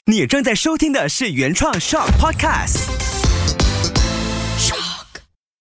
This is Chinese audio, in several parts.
你正在收听的是原创 Shock Podcast。Shock。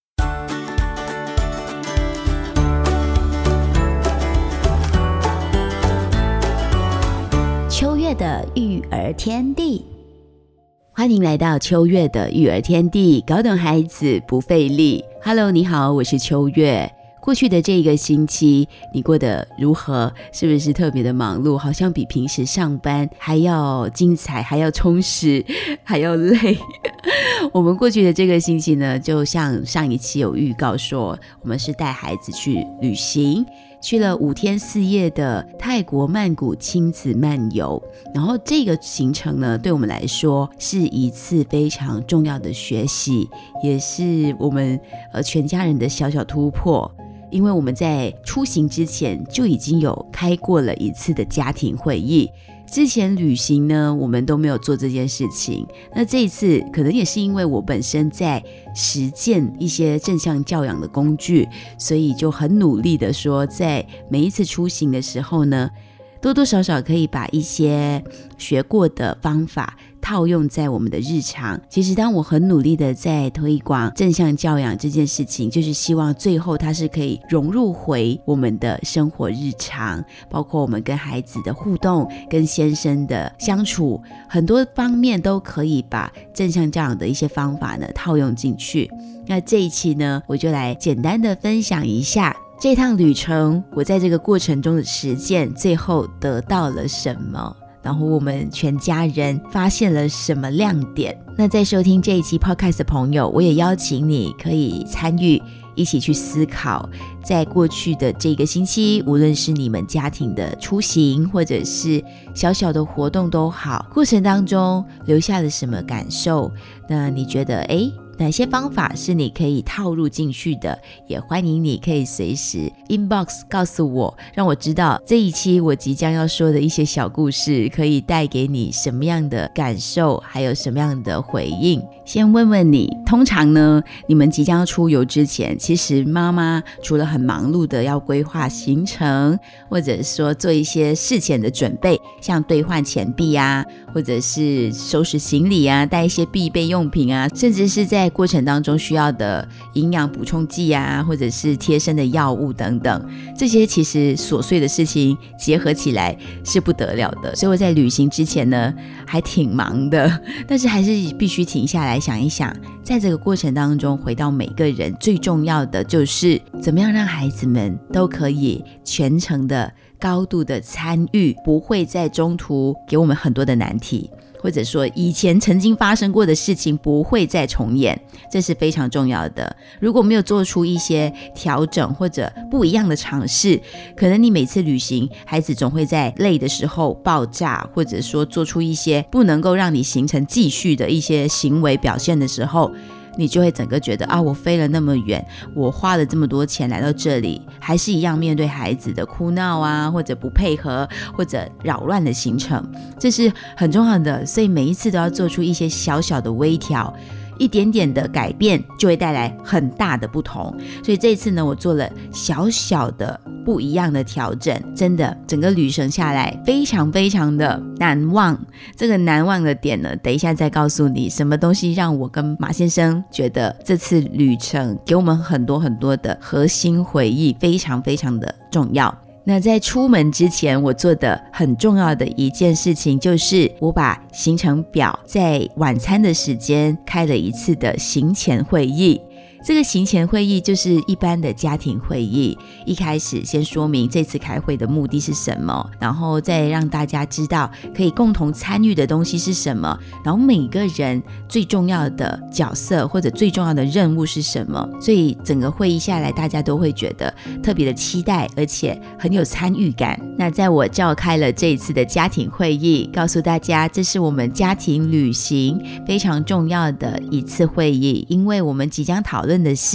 秋月的育儿天地，欢迎来到秋月的育儿天地，搞懂孩子不费力。Hello， 你好，我是秋月。过去的这个星期你过得如何？是不是特别的忙碌？好像比平时上班还要精彩，还要充实，还要累。我们过去的这个星期呢，就像上一期有预告说，我们是带孩子去旅行，去了5天4夜的泰国曼谷亲子漫游。然后这个行程呢，对我们来说是一次非常重要的学习，也是我们全家人的小小突破。因为我们在出行之前就已经有开过了一次的家庭会议，之前旅行呢我们都没有做这件事情。那这一次可能也是因为我本身在实践一些正向教养的工具，所以就很努力的说，在每一次出行的时候呢，多多少少可以把一些学过的方法套用在我们的日常。其实当我很努力的在推广正向教养这件事情，就是希望最后它是可以融入回我们的生活日常，包括我们跟孩子的互动，跟先生的相处，很多方面都可以把正向教养的一些方法呢套用进去。那这一期呢，我就来简单的分享一下这趟旅程我在这个过程中的实践，最后得到了什么，然后我们全家人发现了什么亮点。那在收听这一期 podcast 的朋友，我也邀请你可以参与，一起去思考，在过去的这个星期，无论是你们家庭的出行，或者是小小的活动都好，过程当中留下了什么感受。那你觉得哪些方法是你可以套入进去的，也欢迎你可以随时 inbox 告诉我，让我知道这一期我即将要说的一些小故事可以带给你什么样的感受，还有什么样的回应。先问问你，通常呢，你们即将要出游之前，其实妈妈除了很忙碌的要规划行程，或者说做一些事前的准备，像兑换钱币啊，或者是收拾行李啊，带一些必备用品啊，甚至是在过程当中需要的营养补充剂啊，或者是贴身的药物等等，这些其实琐碎的事情结合起来是不得了的。所以我在旅行之前呢还挺忙的，但是还是必须停下来想一想，在这个过程当中，回到每个人最重要的就是怎么样让孩子们都可以全程的高度的参与，不会在中途给我们很多的难题，或者说以前曾经发生过的事情不会再重演，这是非常重要的。如果没有做出一些调整或者不一样的尝试，可能你每次旅行，孩子总会在累的时候爆炸，或者说做出一些不能够让你行程继续的一些行为表现的时候，你就会整个觉得我飞了那么远，我花了这么多钱来到这里，还是一样面对孩子的哭闹啊，或者不配合，或者扰乱的行程，这是很重要的。所以每一次都要做出一些小小的微调，一点点的改变就会带来很大的不同。所以这一次呢，我做了小小的不一样的调整，真的整个旅程下来非常非常的难忘。这个难忘的点呢，等一下再告诉你什么东西让我跟马先生觉得这次旅程给我们很多很多的核心回忆，非常非常的重要。那在出门之前，我做的很重要的一件事情，就是我把行程表在晚餐的时间开了一次的行前会议。这个行前会议就是一般的家庭会议，一开始先说明这次开会的目的是什么，然后再让大家知道可以共同参与的东西是什么，然后每个人最重要的角色或者最重要的任务是什么。所以整个会议下来，大家都会觉得特别的期待，而且很有参与感。那在我召开了这一次的家庭会议，告诉大家这是我们家庭旅行非常重要的一次会议，因为我们即将讨论的是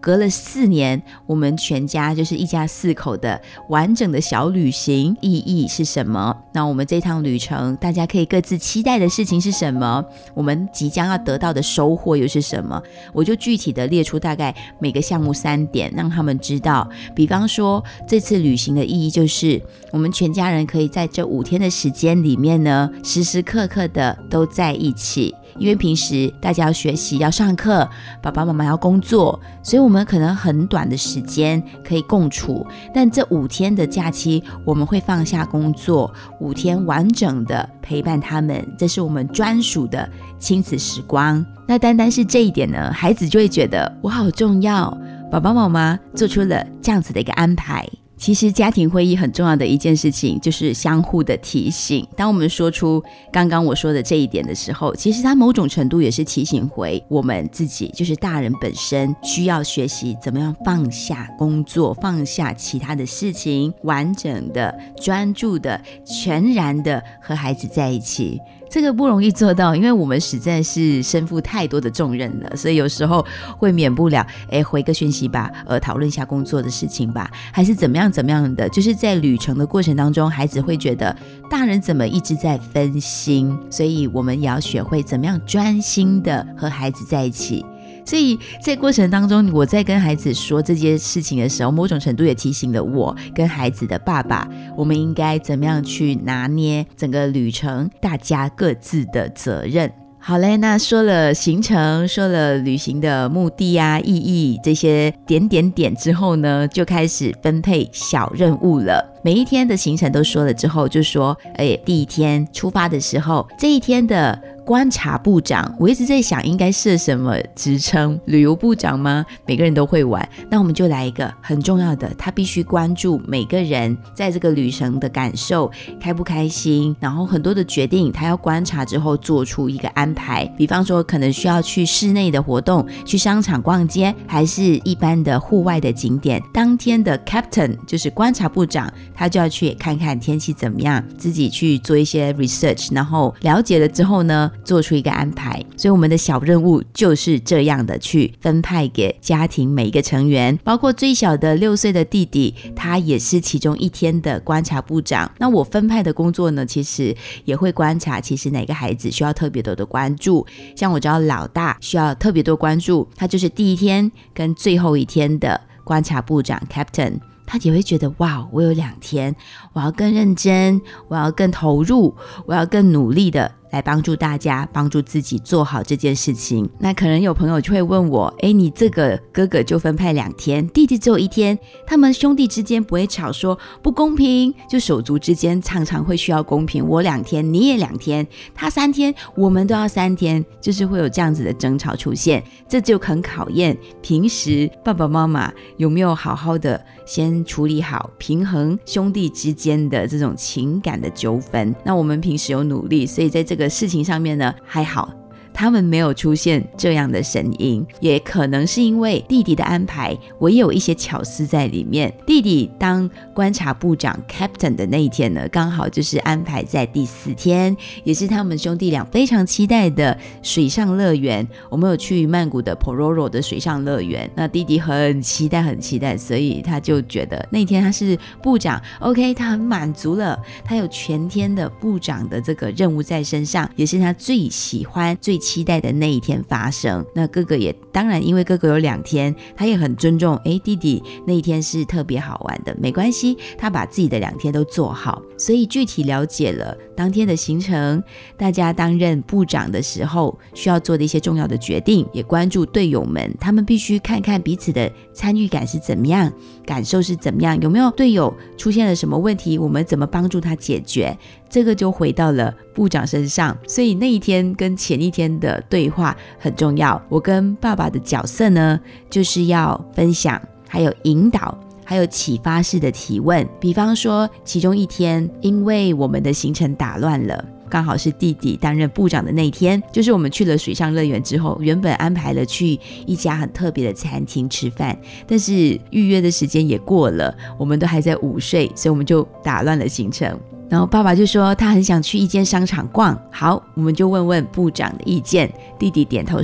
隔了4年，我们全家就是一家4口的完整的小旅行意义是什么？那我们这趟旅程大家可以各自期待的事情是什么？我们即将要得到的收获又是什么？我就具体的列出大概每个项目3点，让他们知道。比方说这次旅行的意义就是我们全家人可以在这5天的时间里面呢，时时刻刻的都在一起。因为平时大家要学习要上课，爸爸妈妈要工作，所以我们可能很短的时间可以共处，但这5天的假期我们会放下工作，5天完整的陪伴他们，这是我们专属的亲子时光。那单单是这一点呢，孩子就会觉得我好重要，爸爸妈妈做出了这样子的一个安排。其实家庭会议很重要的一件事情就是相互的提醒。当我们说出刚刚我说的这一点的时候，其实它某种程度也是提醒回我们自己，就是大人本身需要学习怎么样放下工作，放下其他的事情，完整的专注的全然的和孩子在一起。这个不容易做到，因为我们实在是身负太多的重任了，所以有时候会免不了回个讯息吧，讨论一下工作的事情吧，还是怎么样的，就是在旅程的过程当中，孩子会觉得大人怎么一直在分心，所以我们也要学会怎么样专心的和孩子在一起。所以在过程当中，我在跟孩子说这件事情的时候，某种程度也提醒了我跟孩子的爸爸，我们应该怎么样去拿捏整个旅程大家各自的责任。好嘞，那说了行程，说了旅行的目的啊、意义这些点之后呢，就开始分配小任务了。每一天的行程都说了之后，就说第一天出发的时候，这一天的观察部长，我一直在想应该设什么职称，旅游部长吗？每个人都会玩，那我们就来一个很重要的，他必须关注每个人在这个旅程的感受，开不开心，然后很多的决定他要观察之后做出一个安排。比方说可能需要去室内的活动，去商场逛街，还是一般的户外的景点，当天的 Captain 就是观察部长，他就要去看看天气怎么样，自己去做一些 research， 然后了解了之后呢，做出一个安排。所以我们的小任务就是这样的去分派给家庭每一个成员，包括最小的6岁的弟弟，他也是其中一天的观察部长。那我分派的工作呢，其实也会观察其实哪个孩子需要特别多的关注，像我知道老大需要特别多关注，他就是第一天跟最后一天的观察部长 Captain，他也会觉得哇，我有2天，我要更认真，我要更投入，我要更努力的来帮助大家，帮助自己做好这件事情。那可能有朋友就会问我，你这个哥哥就分派2天，弟弟只有1天，他们兄弟之间不会吵说不公平？就手足之间常常会需要公平，我2天你也2天，他3天我们都要3天，就是会有这样子的争吵出现。这就很考验平时爸爸妈妈有没有好好的先处理好平衡兄弟之间的这种情感的纠纷。那我们平时有努力，所以在这个事情上面呢还好，他们没有出现这样的声音，也可能是因为弟弟的安排，我也有一些巧思在里面。弟弟当观察部长 Captain 的那一天呢，刚好就是安排在第4天，也是他们兄弟俩非常期待的水上乐园。我们有去曼谷的 Pororo 的水上乐园，那弟弟很期待，所以他就觉得那天他是部长 OK， 他很满足了，他有全天的部长的这个任务在身上，也是他最喜欢最期待的那一天发生。那哥哥也当然因为哥哥有2天，他也很尊重弟弟那一天是特别好玩的，没关系，他把自己的2天都做好。所以具体了解了当天的行程，大家担任部长的时候需要做的一些重要的决定，也关注队友们，他们必须看看彼此的参与感是怎么样，感受是怎么样，有没有队友出现了什么问题，我们怎么帮助他解决，这个就回到了部长身上。所以那一天跟前一天的对话很重要。我跟爸爸的角色呢，就是要分享，还有引导，还有启发式的提问。比方说其中一天，因为我们的行程打乱了，刚好是弟弟担任部长的那一天，就是我们去了水上乐园之后，原本安排了去一家很特别的餐厅吃饭，但是预约的时间也过了，我们都还在午睡，所以我们就打乱了行程。然后爸爸就说他很想去一间商场逛，好，我们就问问部长的意见。弟弟点头说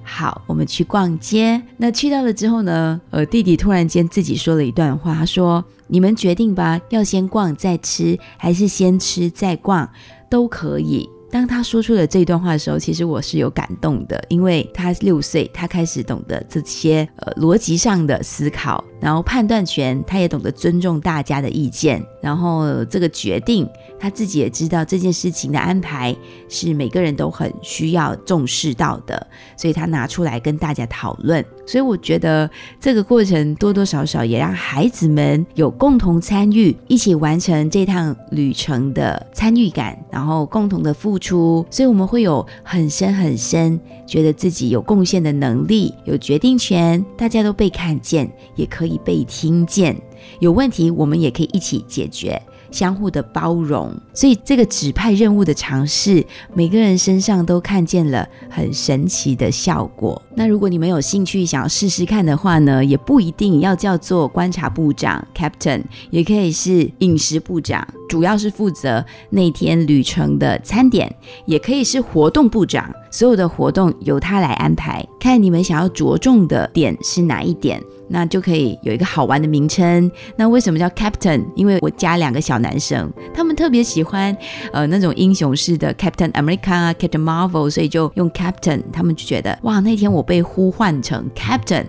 好，我们去逛街。那去到了之后呢，弟弟突然间自己说了一段话，他说你们决定吧，要先逛再吃，还是先吃再逛都可以。当他说出了这段话的时候，其实我是有感动的，因为他6岁，他开始懂得这些逻辑上的思考，然后判断权他也懂得尊重大家的意见，然后这个决定他自己也知道这件事情的安排是每个人都很需要重视到的，所以他拿出来跟大家讨论。所以我觉得这个过程多多少少也让孩子们有共同参与，一起完成这趟旅程的参与感，然后共同的付出，所以我们会有很深很深觉得自己有贡献的能力，有决定权，大家都被看见，也可以被听见，有问题我们也可以一起解决，相互的包容。所以这个指派任务的尝试，每个人身上都看见了很神奇的效果。那如果你们有兴趣想要试试看的话呢，也不一定要叫做观察部长 Captain， 也可以是饮食部长，主要是负责那天旅程的餐点，也可以是活动部长，所有的活动由他来安排，看你们想要着重的点是哪一点，那就可以有一个好玩的名称。那为什么叫 Captain？ 因为我家2个小男生，他们特别喜欢那种英雄式的 Captain America Captain Marvel， 所以就用 Captain， 他们就觉得哇，那天我被呼唤成 Captain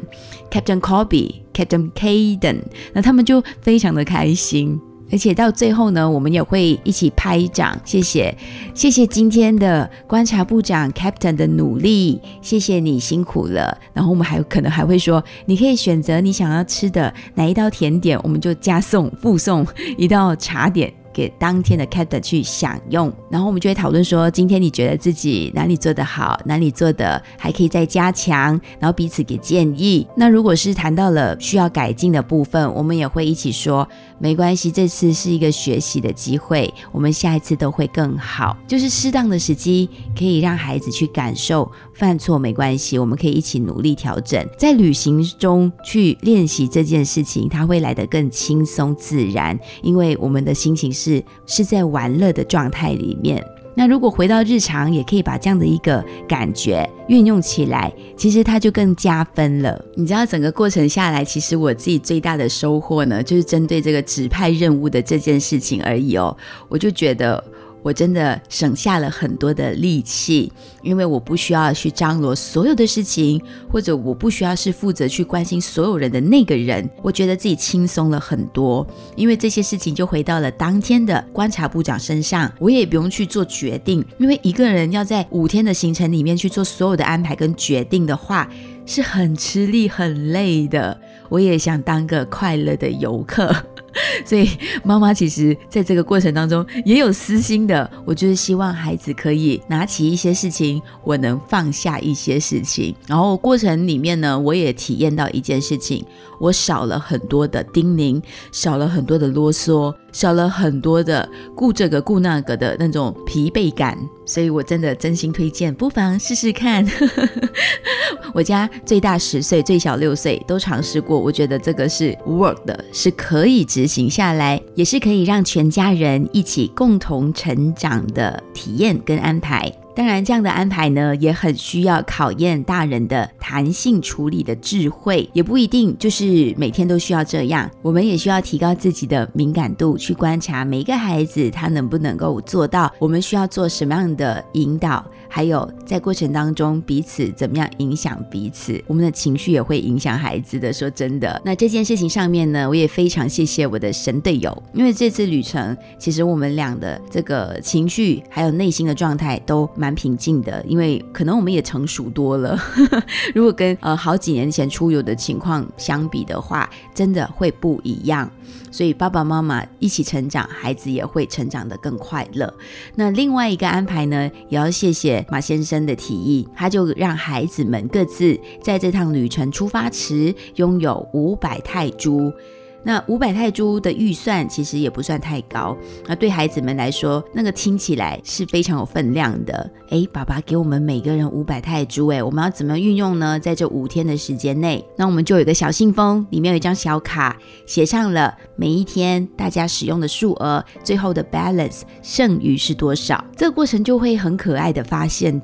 Kobe Captain Caden， 那他们就非常的开心。而且到最后呢，我们也会一起拍掌，谢谢今天的观察部长 Captain 的努力，谢谢你辛苦了。然后我们可能还会说，你可以选择你想要吃的哪一道甜点，我们就附送一道茶点给当天的 Captain 去享用。然后我们就会讨论说，今天你觉得自己哪里做得好，哪里做的还可以再加强，然后彼此给建议。那如果是谈到了需要改进的部分，我们也会一起说没关系，这次是一个学习的机会，我们下一次都会更好。就是适当的时机可以让孩子去感受犯错没关系，我们可以一起努力调整，在旅行中去练习这件事情，它会来得更轻松自然，因为我们的心情是在玩乐的状态里面。那如果回到日常，也可以把这样的一个感觉运用起来，其实它就更加分了。你知道整个过程下来，其实我自己最大的收获呢，就是针对这个指派任务的这件事情而已哦。我就觉得我真的省下了很多的力气，因为我不需要去张罗所有的事情，或者我不需要是负责去关心所有人的那个人，我觉得自己轻松了很多。因为这些事情就回到了当天的观察部长身上，我也不用去做决定，因为一个人要在5天的行程里面去做所有的安排跟决定的话，是很吃力很累的。我也想当个快乐的游客，所以妈妈其实在这个过程当中也有私心的，我就是希望孩子可以拿起一些事情，我能放下一些事情。然后过程里面呢，我也体验到一件事情，我少了很多的叮咛，少了很多的啰嗦，少了很多的顾这个顾那个的那种疲惫感。所以我真的真心推荐，不妨试试看我家最大10岁，最小6岁都尝试过，我觉得这个是 work 的，是可以执行下来，也是可以让全家人一起共同成长的体验跟安排。当然这样的安排呢，也很需要考验大人的弹性处理的智慧，也不一定就是每天都需要这样，我们也需要提高自己的敏感度，去观察每一个孩子他能不能够做到，我们需要做什么样的引导，还有在过程当中彼此怎么样影响彼此，我们的情绪也会影响孩子的，说真的。那这件事情上面呢，我也非常谢谢我的神队友，因为这次旅程其实我们俩的这个情绪还有内心的状态都蛮平静的，因为可能我们也成熟多了如果跟好几年前出游的情况相比的话，真的会不一样。所以爸爸妈妈一起成长，孩子也会成长得更快乐。那另外一个安排呢，也要谢谢马先生的提议，他就让孩子们各自在这趟旅程出发时拥有500泰铢。那500泰铢的预算其实也不算太高，那对孩子们来说，那个听起来是非常有分量的。爸爸给我们每个人500泰铢，我们要怎么运用呢？在这5天的时间内，那我们就有一个小信封，里面有一张小卡，写上了每一天大家使用的数额，最后的 balance 剩余是多少。这个过程就会很可爱的发现到，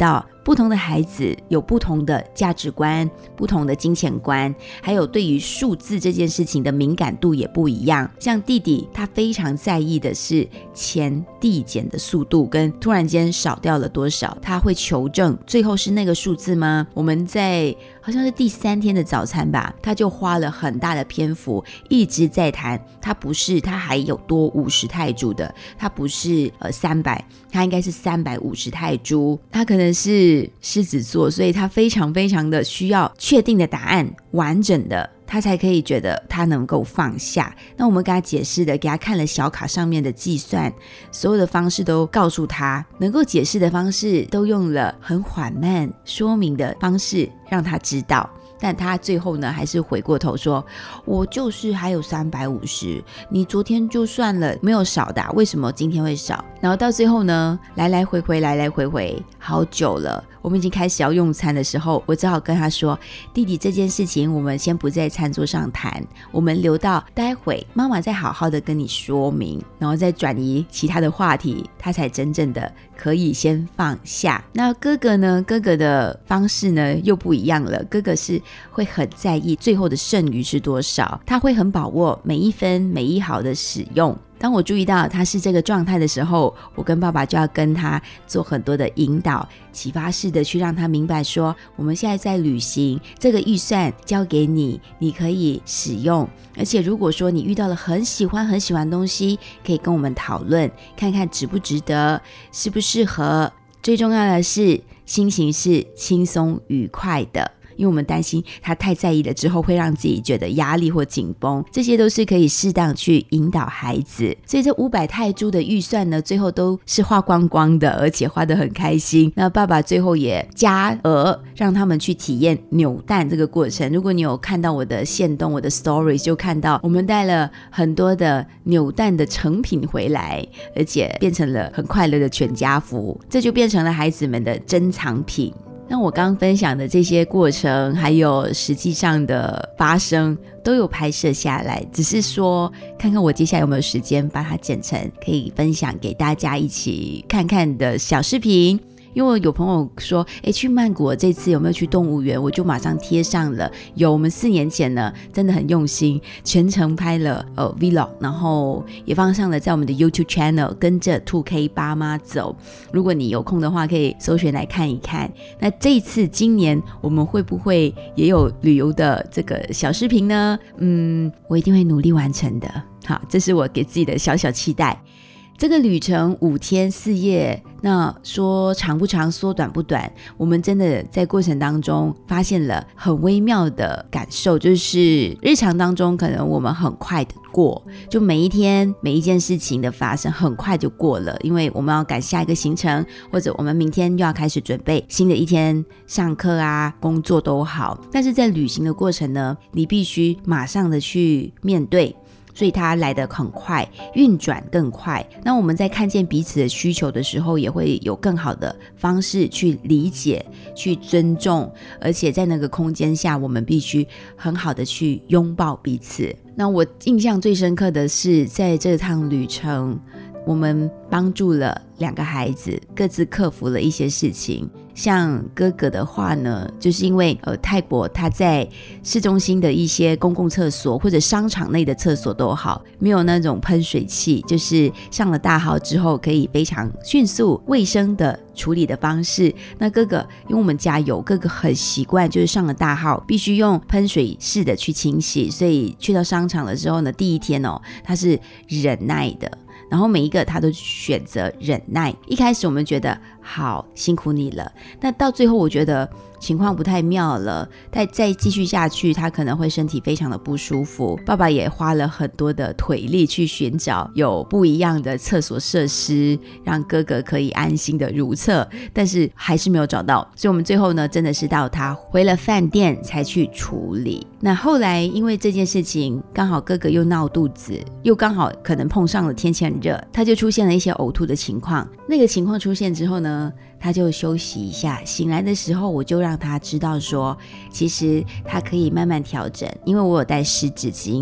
不同的孩子有不同的价值观，不同的金钱观，还有对于数字这件事情的敏感度也不一样。像弟弟他非常在意的是钱递减的速度跟突然间少掉了多少，他会求证最后是那个数字吗？我们在好像是第3天的早餐吧，他就花了很大的篇幅一直在谈，他还有多50泰铢的，他不是300，他应该是350泰铢。他可能是狮子座，所以他非常非常的需要确定的答案，完整的他才可以觉得他能够放下。那我们给他解释的，给他看了小卡上面的计算，所有的方式都告诉他，能够解释的方式都用了很缓慢说明的方式让他知道。但他最后呢还是回过头说，我就是还有350，你昨天就算了没有少的为什么今天会少？然后到最后呢来来回回好久了，我们已经开始要用餐的时候，我只好跟他说，弟弟，这件事情我们先不在餐桌上谈，我们留到待会妈妈再好好的跟你说明，然后再转移其他的话题，他才真正的可以先放下。那哥哥呢，哥哥的方式呢又不一样了，哥哥是会很在意最后的剩余是多少，他会很把握每一分每一毫的使用。当我注意到他是这个状态的时候，我跟爸爸就要跟他做很多的引导，启发式的去让他明白说，我们现在在旅行，这个预算交给你，你可以使用，而且如果说你遇到了很喜欢的东西，可以跟我们讨论，看看值不值得，适不适合，最重要的是心情是轻松愉快的。因为我们担心他太在意了之后会让自己觉得压力或紧绷，这些都是可以适当去引导孩子。所以这500泰铢的预算呢，最后都是花光光的，而且花得很开心。那爸爸最后也加额让他们去体验扭蛋这个过程。如果你有看到我的限动，我的 stories， 就看到我们带了很多的扭蛋的成品回来，而且变成了很快乐的全家福，这就变成了孩子们的珍藏品。那我刚分享的这些过程还有实际上的发生都有拍摄下来，只是说看看我接下来有没有时间把它剪成可以分享给大家一起看看的小视频。因为有朋友说去曼谷这次有没有去动物园，我就马上贴上了。有，我们4年前呢真的很用心，全程拍了vlog， 然后也放上了在我们的 YouTube channel， 跟着 2K 爸妈走。如果你有空的话可以搜寻来看一看。那这一次今年我们会不会也有旅游的这个小视频呢？我一定会努力完成的。好，这是我给自己的小小期待。这个旅程5天4夜，那说长不长，说短不短，我们真的在过程当中发现了很微妙的感受，就是日常当中可能我们很快的过，就每一天每一件事情的发生很快就过了，因为我们要赶下一个行程，或者我们明天又要开始准备新的一天上课啊工作都好。但是在旅行的过程呢，你必须马上的去面对，所以它来得很快，运转更快。那我们在看见彼此的需求的时候，也会有更好的方式去理解，去尊重，而且在那个空间下，我们必须很好的去拥抱彼此。那我印象最深刻的是，在这趟旅程，我们帮助了2个孩子，各自克服了一些事情。像哥哥的话呢，就是因为泰国他在市中心的一些公共厕所或者商场内的厕所都好，没有那种喷水器，就是上了大号之后可以非常迅速卫生的处理的方式。那哥哥因为我们家有，哥哥很习惯就是上了大号必须用喷水式的去清洗，所以去到商场的时候呢，第一天他是忍耐的，然后每一个他都选择忍耐。一开始我们觉得好辛苦你了，那到最后我觉得情况不太妙了，再继续下去他可能会身体非常的不舒服。爸爸也花了很多的腿力去寻找有不一样的厕所设施，让哥哥可以安心的如厕，但是还是没有找到，所以我们最后呢真的是到他回了饭店才去处理。那后来因为这件事情刚好哥哥又闹肚子，又刚好可能碰上了天气很热，他就出现了一些呕吐的情况。那个情况出现之后呢，他就休息一下，醒来的时候我就让他知道说，其实他可以慢慢调整，因为我有带湿纸巾，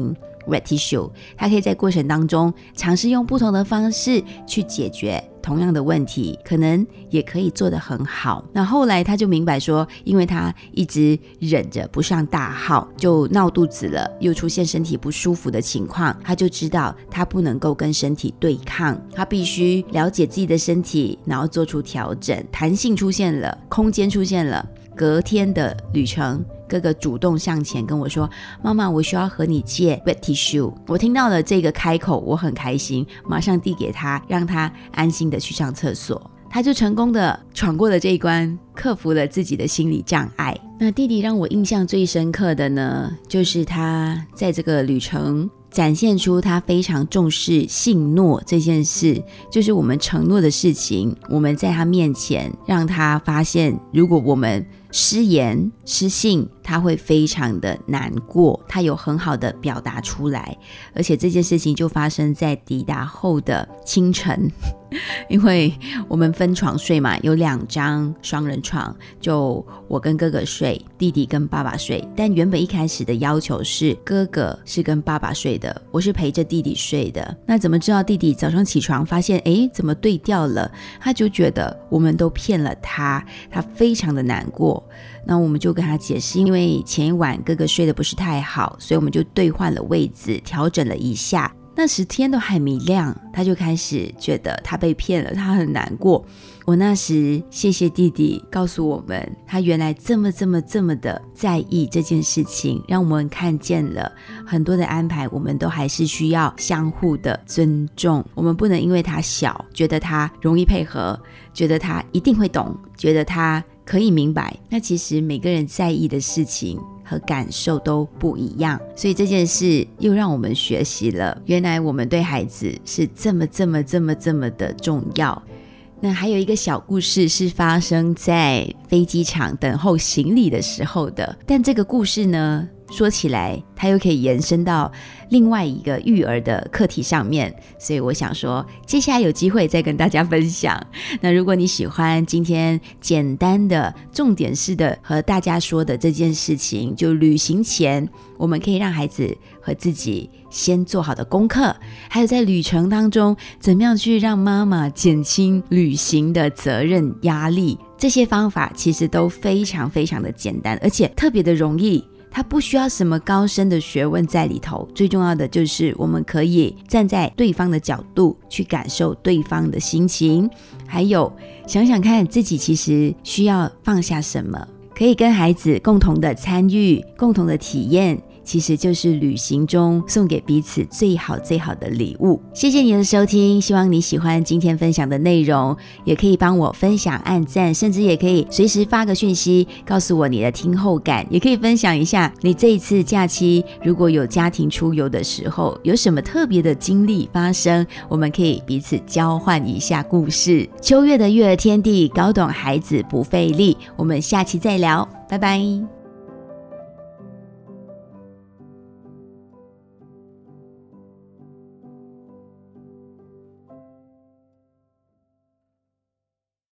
wet tissue， 他可以在过程当中尝试用不同的方式去解决同样的问题，可能也可以做得很好。那后来他就明白说，因为他一直忍着不上大号，就闹肚子了，又出现身体不舒服的情况，他就知道他不能够跟身体对抗，他必须了解自己的身体，然后做出调整，弹性出现了，空间出现了。隔天的旅程，哥哥主动向前跟我说，妈妈，我需要和你借 wet tissue。 我听到了这个开口，我很开心，马上递给他，让他安心的去上厕所。他就成功的闯过了这一关，克服了自己的心理障碍。那弟弟让我印象最深刻的呢，就是他在这个旅程展现出他非常重视信诺这件事，就是我们承诺的事情，我们在他面前让他发现，如果我们失言失信，他会非常的难过，他有很好的表达出来。而且这件事情就发生在抵达后的清晨，因为我们分床睡嘛，有2张双人床，就我跟哥哥睡，弟弟跟爸爸睡。但原本一开始的要求是哥哥是跟爸爸睡的，我是陪着弟弟睡的。那怎么知道弟弟早上起床发现怎么对调了，他就觉得我们都骗了他，他非常的难过。那我们就跟他解释，因为前一晚哥哥睡得不是太好，所以我们就兑换了位置，调整了一下。那时天都还没亮，他就开始觉得他被骗了，他很难过。我那时谢谢弟弟告诉我们，他原来这么的在意这件事情，让我们看见了很多的安排，我们都还是需要相互的尊重。我们不能因为他小，觉得他容易配合，觉得他一定会懂，觉得他可以明白。那其实每个人在意的事情和感受都不一样，所以这件事又让我们学习了，原来我们对孩子是这么的重要。那还有一个小故事是发生在飞机场等候行李的时候的，但这个故事呢，说起来它又可以延伸到另外一个育儿的课题上面，所以我想说接下来有机会再跟大家分享。那如果你喜欢今天简单的重点式的和大家说的这件事情，就旅行前我们可以让孩子和自己先做好的功课，还有在旅程当中怎么样去让妈妈减轻旅行的责任压力，这些方法其实都非常的简单，而且特别的容易，它不需要什么高深的学问在里头。最重要的就是我们可以站在对方的角度去感受对方的心情，还有想想看自己其实需要放下什么，可以跟孩子共同的参与，共同的体验，其实就是旅行中送给彼此最好的礼物。谢谢你的收听，希望你喜欢今天分享的内容，也可以帮我分享按赞，甚至也可以随时发个讯息告诉我你的听后感，也可以分享一下你这一次假期如果有家庭出游的时候有什么特别的经历发生，我们可以彼此交换一下故事。秋月的育儿天地，搞懂孩子不费力，我们下期再聊，拜拜。